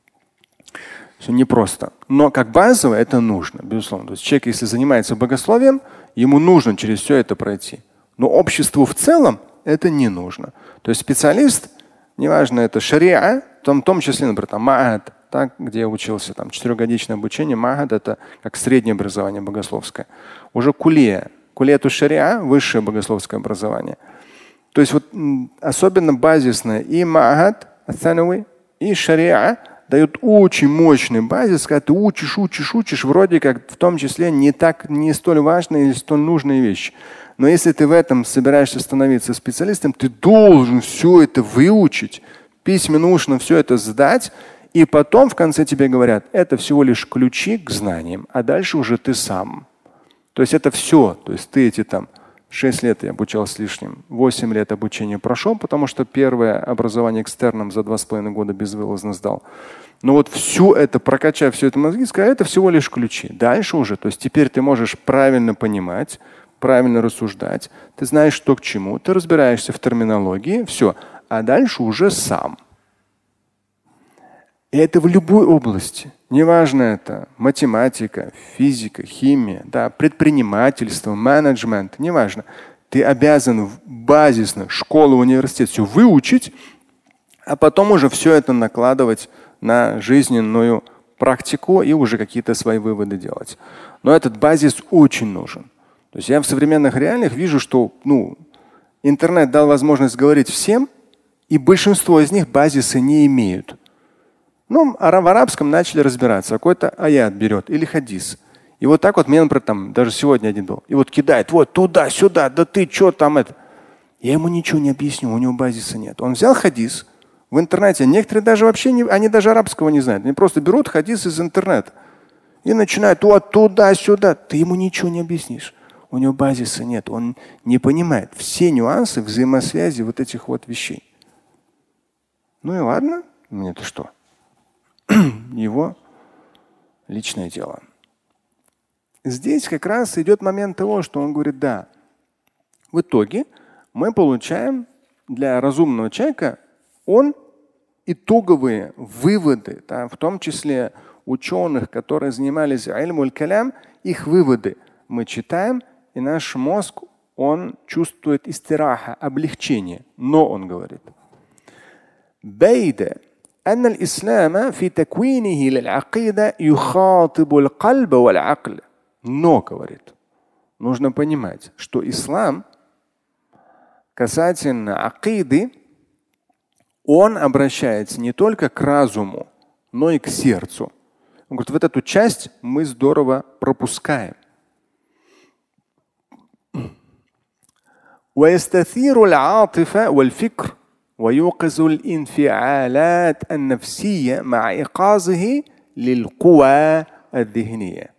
Все непросто. Но как базово это нужно, безусловно. То есть человек, если занимается богословием, ему нужно через все это пройти. Но обществу в целом это не нужно. То есть специалист, неважно, это шариа, в том числе, например, там, ма'ад, так, где я учился, там 4-годичное обучение, ма'ад это как среднее образование богословское. Уже кулия. Кулияту шариа, высшее богословское образование. То есть вот особенно базисное и ма'ад, ат-тануи, и шариа дают очень мощный базис, когда ты учишь, вроде как в том числе не столь важные или столь нужные вещи. Но если ты в этом собираешься становиться специалистом, ты должен все это выучить, письменно нужно все это сдать, и потом в конце тебе говорят, это всего лишь ключи к знаниям, а дальше уже ты сам. То есть это все. То есть ты эти там 6 лет я обучался с лишним, 8 лет обучения прошел, потому что первое образование экстерном за 2,5 года безвылазно сдал. Но вот все это, прокачав все это мозги, сказать, это всего лишь ключи. Дальше уже, то есть теперь ты можешь правильно понимать, правильно рассуждать, ты знаешь, что к чему, ты разбираешься в терминологии, все. А дальше уже сам. И это в любой области. Неважно это математика, физика, химия, да, предпринимательство, менеджмент, неважно. Ты обязан базисно школу, университет все выучить, а потом уже все это накладывать на жизненную практику и уже какие-то свои выводы делать. Но этот базис очень нужен. То есть я в современных реалиях вижу, что интернет дал возможность говорить всем, и большинство из них базиса не имеют. Ну, в арабском начали разбираться. Какой-то аят берет или хадис. И вот так вот мне, например, там даже сегодня один был. И вот кидает, вот туда-сюда, да ты что там это. Я ему ничего не объясню, у него базиса нет. Он взял хадис в интернете. Некоторые даже вообще не, они даже арабского не знают. Они просто берут хадис из интернета и начинают вот туда-сюда. Ты ему ничего не объяснишь. У него базиса нет. Он не понимает все нюансы взаимосвязи вот этих вот вещей. Ну и ладно, мне-то что? Его личное дело. Здесь как раз идет момент того, что он говорит, да, в итоге мы получаем для разумного человека итоговые выводы, да, в том числе ученых, которые занимались ильмуль калям, их выводы мы читаем, и наш мозг, он чувствует истираха, облегчение. Но он говорит, أن الإسلام في تكوينه للعقيدة يخاطب القلب والعقل. Но, говорит, нужно понимать, что ислам касательно акиды, он обращается не только к разуму, но и к сердцу. Он говорит, вот эту часть мы здорово пропускаем. ويستثير العاطفة والفكر ويوقظ الانفعالات النفسية مع إيقاظه للقوى الذهنية.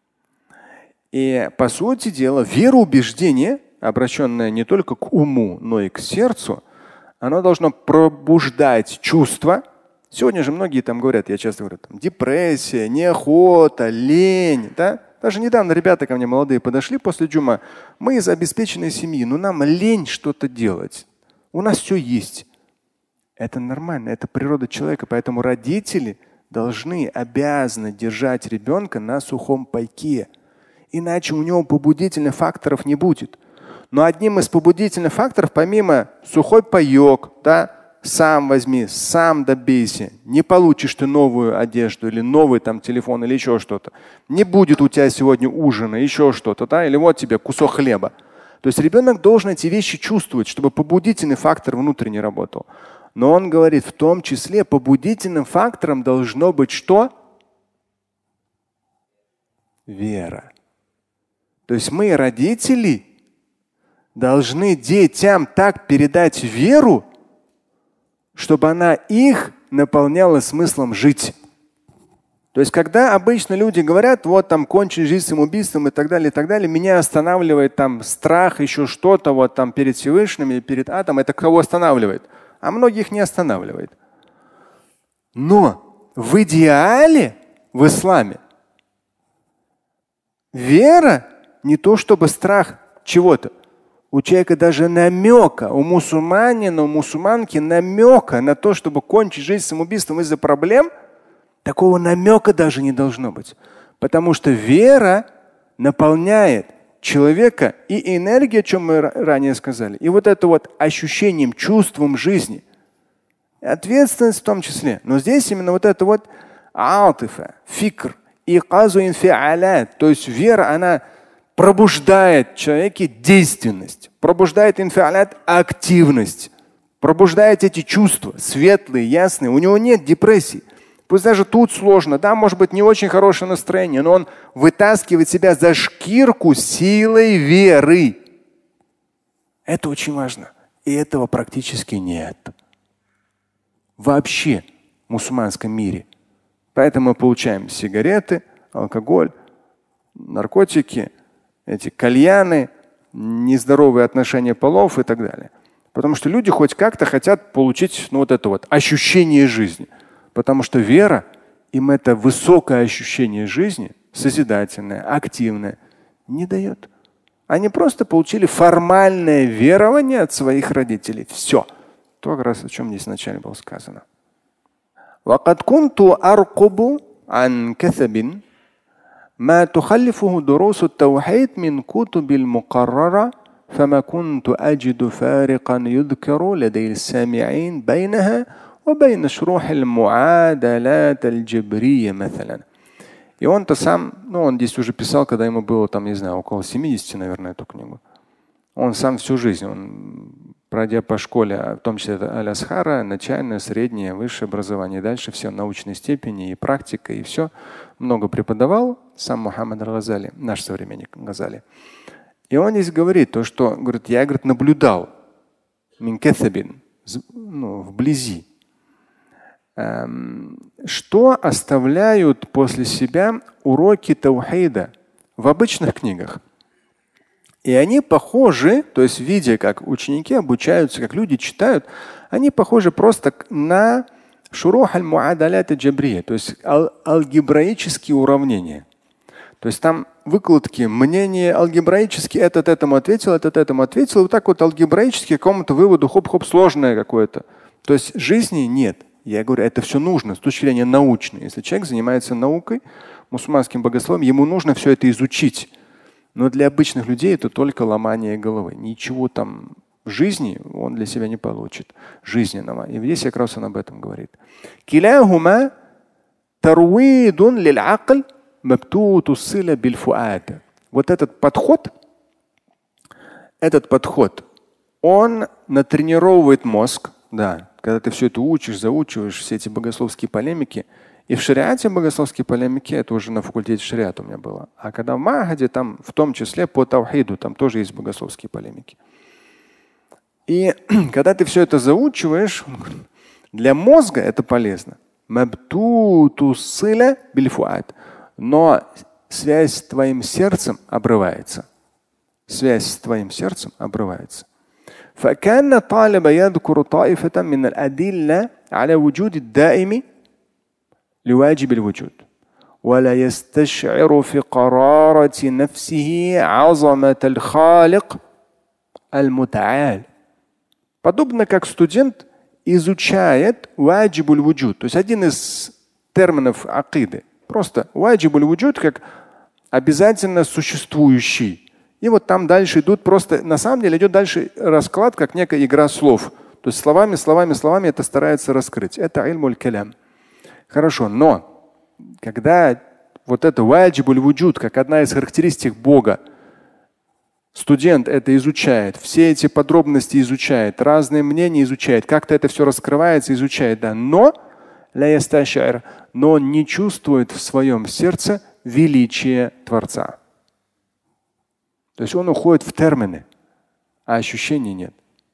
И по сути дела, вероубеждение, обращенное не только к уму, но и к сердцу, оно должно пробуждать чувства. Сегодня же многие там говорят, я часто говорю, там, депрессия, неохота, лень. Да? Даже недавно ребята ко мне молодые подошли после джума. Мы из обеспеченной семьи, но нам лень что-то делать. У нас все есть. Это нормально, это природа человека. Поэтому родители обязаны держать ребенка на сухом пайке. Иначе у него побудительных факторов не будет. Но одним из побудительных факторов, помимо сухой паек, да, сам возьми, сам добейся, не получишь ты новую одежду или новый там телефон или еще что-то. Не будет у тебя сегодня ужина, еще что-то, да, или вот тебе кусок хлеба. То есть ребенок должен эти вещи чувствовать, чтобы побудительный фактор внутренне работал. Но он говорит, в том числе побудительным фактором должно быть что? Вера. То есть мы, родители, должны детям так передать веру, чтобы она их наполняла смыслом жить. То есть, когда обычно люди говорят, вот там кончить жизнь самоубийством и так далее, меня останавливает там страх, еще что-то вот там перед Всевышним или перед адом, это кого останавливает? А многих не останавливает. Но в идеале в исламе вера не то чтобы страх чего-то. У человека даже намека, у мусульманина, у мусульманки намека на то, чтобы кончить жизнь самоубийством из-за проблем, такого намека даже не должно быть. Потому что вера наполняет человека и энергией, о чем мы ранее сказали, и вот это вот ощущением, чувством жизни. Ответственность в том числе. Но здесь именно вот это вот атифа, фикр, иказу инфиалят, то есть вера, она пробуждает в человеке действенность, пробуждает инфиалят активность, пробуждает эти чувства светлые, ясные. У него нет депрессии. Пусть даже тут сложно, да, может быть не очень хорошее настроение, но он вытаскивает себя за шкирку силой веры. Это очень важно. И этого практически нет. Вообще в мусульманском мире. Поэтому мы получаем сигареты, алкоголь, наркотики, эти кальяны, нездоровые отношения полов и так далее. Потому что люди хоть как-то хотят получить вот это вот ощущение жизни. Потому что вера им это высокое ощущение жизни, созидательное, активное, не дает. Они просто получили формальное верование от своих родителей. Все. То, как раз о чем здесь вначале было сказано. وقد كنت أرقب عن كثب ما تخلفه دروس التوحيد من كتب المقررة فما كنت أجد فارقا يذكر لدي السامعين بينها وبين شروح المعادلات الجبرية مثلا. И он-то сам, он здесь уже писал, когда ему было, там, не знаю, около 70, наверное, эту книгу. Он сам всю жизнь, он пройдя по школе, в том числе Аль-Асхара, начальное, среднее, высшее образование, и дальше все научные степени и практика, и все. Много преподавал сам Мухаммад аль-Газали, наш современник Газали. И он здесь говорит то, что говорит, я наблюдал вблизи, что оставляют после себя уроки таухида в обычных книгах. И они похожи, то есть видя, как ученики обучаются, как люди читают, они похожи просто на шурух аль-муадалят аль-джабрия, то есть алгебраические уравнения. То есть там выкладки, мнения алгебраически, этот этому ответил, этот этому ответил. Вот так вот алгебраически к какому-то выводу хоп-хоп сложное какое-то. То есть жизни нет. Я говорю, это все нужно с точки зрения научной. Если человек занимается наукой, мусульманским богословием, ему нужно все это изучить. Но для обычных людей это только ломание головы. Ничего там в жизни он для себя не получит. Жизненного. И здесь как раз он об этом говорит. Вот этот подход, он натренировывает мозг. Да, когда ты все это учишь, заучиваешь, все эти богословские полемики. И в шариате богословские полемики, это уже на факультете шариата у меня было. А когда в Маагаде, там в том числе по таухиду, там тоже есть богословские полемики. И когда ты все это заучиваешь, для мозга это полезно. Но связь с твоим сердцем обрывается. Связь с твоим сердцем обрывается. فكان الطالب يذكر طائفة من الأدلة على وجود الدائم لواجب الوجود ولا يستشعر في قرارة نفسه عظمة الخالق المتعال. Подобно как студент изучает ваджибуль вуджуд, то есть один из терминов акиды. Просто ваджибуль вуджуд как обязательно существующий. И вот там дальше идут просто, на самом деле идет дальше расклад, как некая игра слов. То есть словами это старается раскрыть. Это ильмуль калям. Хорошо, но когда вот это ваджибуль вуджуд, как одна из характеристик Бога, студент это изучает, все эти подробности изучает, разные мнения изучает, как-то это все раскрывается, изучает, да, но он не чувствует в своем сердце величие Творца. То есть он уходит в термины, а ощущений нет.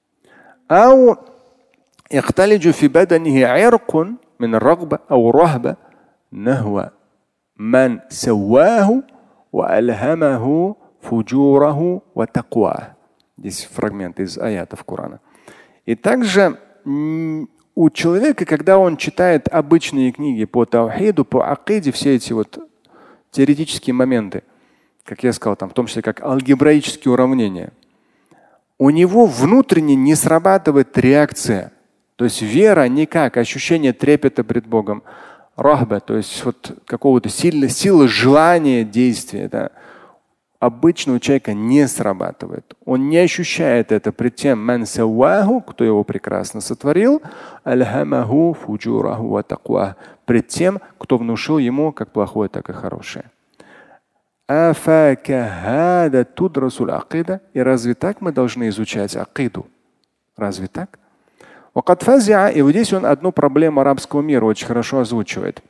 من الرغبة أو رهبة نهو من سواه وألهمه فجوره وتقواه. Здесь фрагмент из аятов Корана. И также у человека, когда он читает обычные книги по таухиду, по акиде, все эти вот теоретические моменты, как я сказал, там, в том числе как алгебраические уравнения, у него внутренне не срабатывает реакция. То есть вера никак, ощущение трепета пред Богом, рахба, то есть вот какого-то силы желания действия, да, обычно у человека не срабатывает. Он не ощущает это пред тем, ман саваху, кто его прекрасно сотворил, альхамаху фуджураху ва тaqwa, пред тем, кто внушил ему как плохое, так и хорошее. Афакахада тудрасул акида. И разве так мы должны изучать акиду? Разве так? И вот здесь он одну проблему арабского мира очень хорошо озвучивает.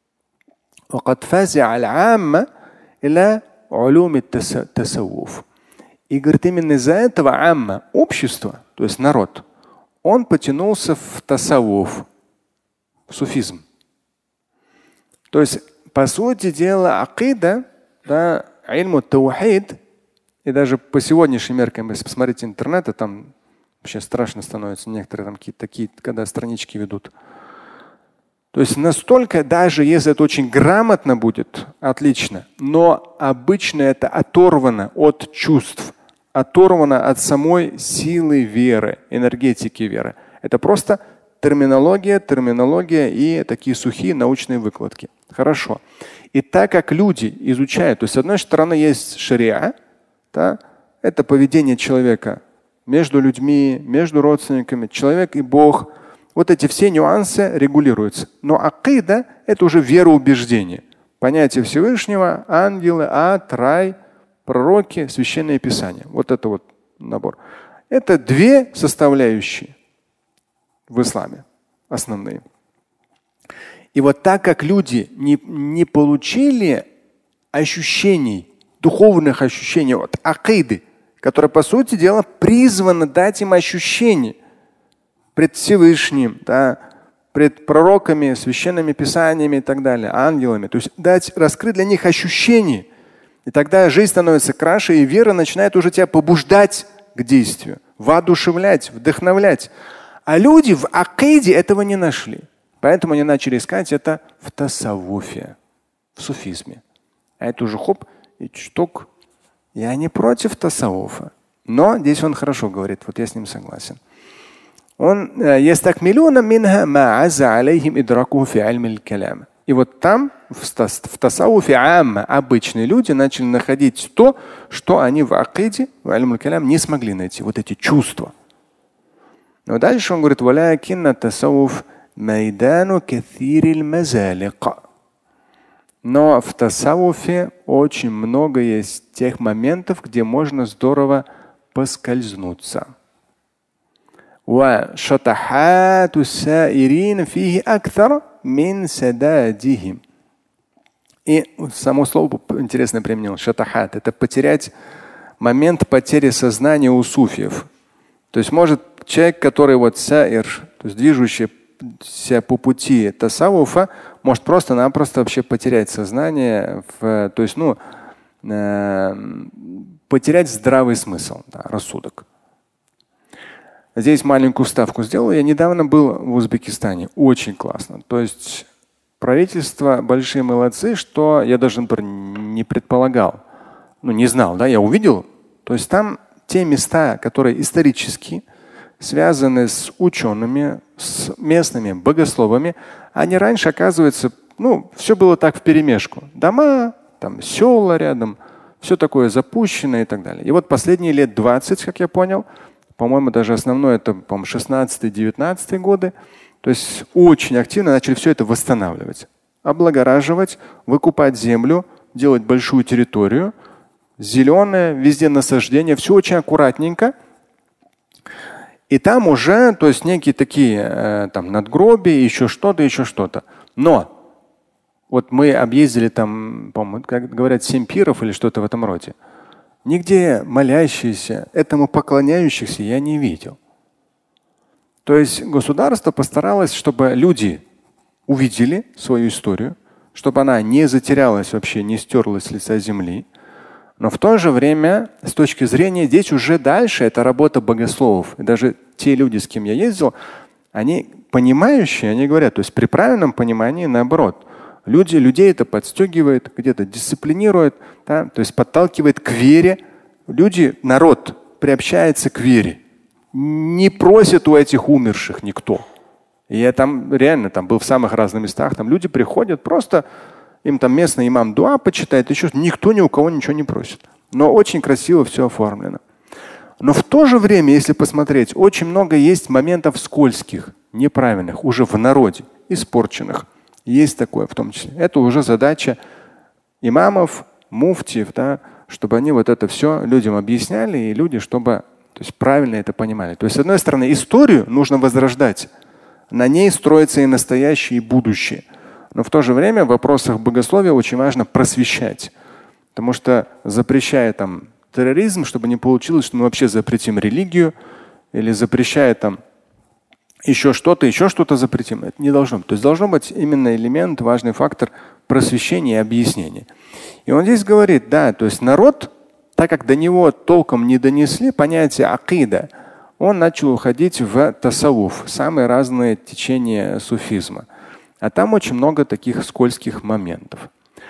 И говорит, именно из-за этого амма, общество, то есть народ, он потянулся в тасаввуф, в суфизм. То есть, по сути дела, акида, да, ильму таухид, и даже по сегодняшним меркам, если посмотреть интернет, там вообще страшно становится. Некоторые там какие-то такие, когда странички ведут. То есть настолько, даже если это очень грамотно будет, отлично, но обычно это оторвано от чувств, оторвано от самой силы веры, энергетики веры. Это просто терминология и такие сухие научные выкладки. Хорошо. И так как люди изучают, то есть с одной стороны есть шариа, да, это поведение человека между людьми, между родственниками, человек и Бог. Вот эти все нюансы регулируются. Но акида – это уже вероубеждение. Понятие Всевышнего, ангелы, ад, рай, пророки, священное писание. Вот это вот набор. Это две составляющие в исламе основные. И вот так как люди не получили ощущений, духовных ощущений от акиды, которая, по сути дела, призвана дать им ощущения пред Всевышним, да, пред пророками, священными писаниями и так далее, ангелами. То есть раскрыть для них ощущения. И тогда жизнь становится краше, и вера начинает уже тебя побуждать к действию, воодушевлять, вдохновлять. А люди в акиде этого не нашли. Поэтому они начали искать это в тасаввуфе, в суфизме. А это уже хоп и чток. Я не против тасаввуфа. Но здесь он хорошо говорит, вот я с ним согласен. Он и вот там, в тасаввуфе обычные люди начали находить то, что они в акиде, в аль-калям не смогли найти. Вот эти чувства. Но дальше он говорит, но в тасаввуфе очень много есть тех моментов, где можно здорово поскользнуться. И само слово интересно применил. Шатахат – это потерять момент потери сознания у суфиев. То есть может человек, который вот саир, то есть движущийся по пути тасаввуфа, может просто-напросто вообще потерять сознание, то есть потерять здравый смысл, да, рассудок. Здесь маленькую вставку сделал. Я недавно был в Узбекистане. Очень классно. То есть правительство большие молодцы, что я даже, например, не предполагал. Не знал, да, я увидел. То есть там те места, которые исторически связаны с учеными, с местными богословами, они раньше, оказывается, все было так вперемешку. Дома, там села рядом, все такое запущенное и так далее. И вот последние лет 20, как я понял, по-моему, даже основное это, по-моему, 16-19 годы. То есть очень активно начали все это восстанавливать, облагораживать, выкупать землю, делать большую территорию, зеленое, везде насаждения, все очень аккуратненько. И там уже, то есть некие такие там надгробия, еще что-то. Но вот мы объездили там, по-моему, как говорят, 7 пиров или что-то в этом роде. Нигде молящихся, этому поклоняющихся я не видел. То есть государство постаралось, чтобы люди увидели свою историю, чтобы она не затерялась вообще, не стерлась с лица земли. Но в то же время, с точки зрения, здесь уже дальше это работа богословов. И даже те люди, с кем я ездил, они понимающие, они говорят, то есть при правильном понимании наоборот. Людей это подстегивает, где-то дисциплинирует, да, то есть подталкивает к вере. Народ приобщается к вере. Не просит у этих умерших никто. И я там реально был в самых разных местах. Там люди приходят, просто им там местный имам дуа почитает, еще никто ни у кого ничего не просит. Но очень красиво все оформлено. Но в то же время, если посмотреть, очень много есть моментов скользких, неправильных, уже в народе, испорченных. Есть такое в том числе. Это уже задача имамов, муфтиев, да, чтобы они вот это все людям объясняли, и люди, чтобы правильно это понимали. То есть, с одной стороны, историю нужно возрождать. На ней строится и настоящее, и будущее. Но в то же время в вопросах богословия очень важно просвещать. Потому что запрещая там терроризм, чтобы не получилось, что мы вообще запретим религию или запрещая там еще что-то запретим. Это не должно быть. То есть должно быть именно элемент, важный фактор просвещения и объяснения. И он здесь говорит, да, то есть народ, так как до него толком не донесли понятие акида, он начал уходить в тасаввуф, самые разные течения суфизма. А там очень много таких скользких моментов.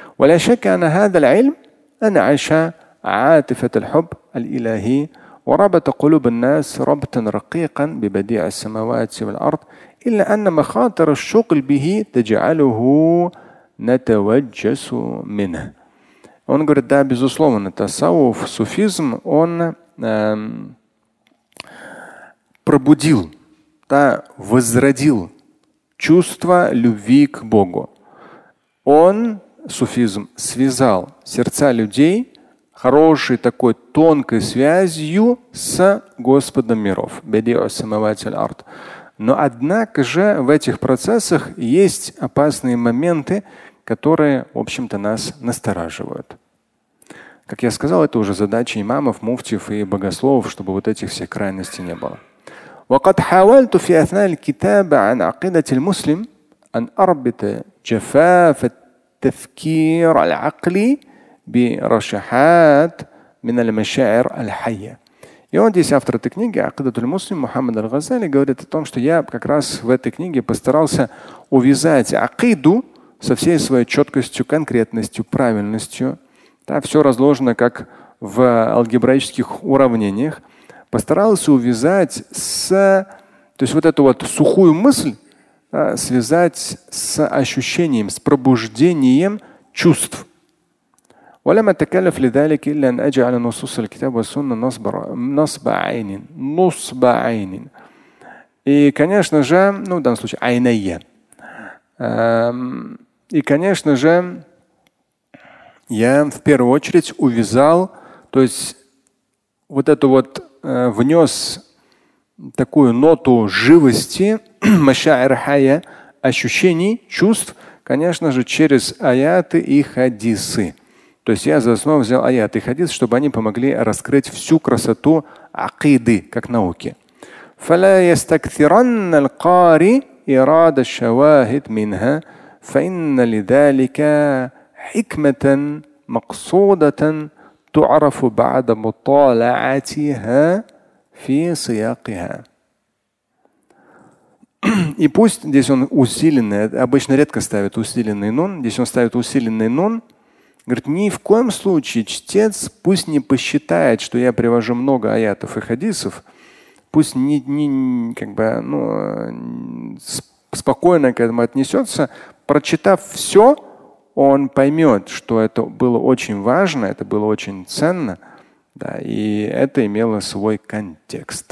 وربط قلوب الناس ربطا رقيقا ببديع السماوات والأرض إلا أن مخاطر الشغل به تجعله نتوجس منه. Он говорит, да, безусловно, тасаввуф, суфизм, он пробудил, да, возродил чувство любви к Богу. Он, суфизм, связал сердца людей хорошей такой тонкой связью с Господом миров. Но однако же в этих процессах есть опасные моменты, которые, в общем-то, нас настораживают. Как я сказал, это уже задача имамов, муфтиев и богословов, чтобы вот этих всех крайностей не было. وقد حاولت في أثناء الكتابة عن عقيدة المسلم أن أربط جفاف التفكير العقلي برشحات من المشاعر الحية. И он здесь, автор этой книги, Акидатуль Муслим, Мухаммад аль-Газали, говорит о том, что я как раз в этой книге постарался увязать акиду со всей своей четкостью, конкретностью, правильностью. Да, все разложено как в алгебраических уравнениях. Постарался увязать то есть вот эту вот сухую мысль, да, связать с ощущением, с пробуждением чувств. ولم أتكلف لذلك إلا أن أجعل نصوص الكتاب والسنة نصب عين. И, конечно же, в данном случае айная. И, конечно же, я в первую очередь увязал, то есть вот эту вот внес такую ноту живости, маша'ир хая, ощущений, чувств, конечно же, через аяты и хадисы. То есть я за основу взял аяты и хадис, чтобы они помогли раскрыть всю красоту акиды как науки. فلا يستكثرن القارئ إرادة الشواهد منها فإن لذلك حكمة مقصودة تعرف بعد مطالعتها في سياقها. И пусть здесь он усиленный, обычно редко ставит усиленный нун, здесь он ставит усиленный нун. Говорит, ни в коем случае чтец пусть не посчитает, что я привожу много аятов и хадисов, пусть спокойно к этому отнесется. Прочитав все, он поймет, что это было очень важно, это было очень ценно, да, и это имело свой контекст.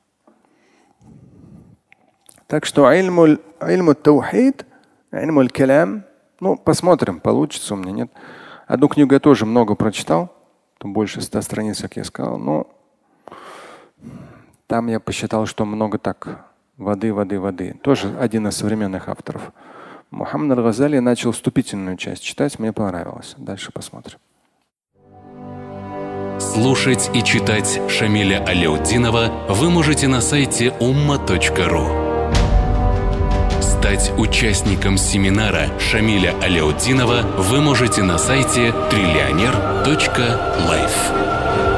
Так что ильму таухид, ильму калям, посмотрим, получится у меня, нет. Одну книгу я тоже много прочитал, там больше 100 страниц, как я сказал, но там я посчитал, что много так воды. Тоже один из современных авторов. Мухаммад аль-Газали начал вступительную часть читать, мне понравилось. Дальше посмотрим. Слушать и читать Шамиля Аляутдинова вы можете на сайте umma.ru. Стать участником семинара Шамиля Аляутдинова вы можете на сайте trillioner.life.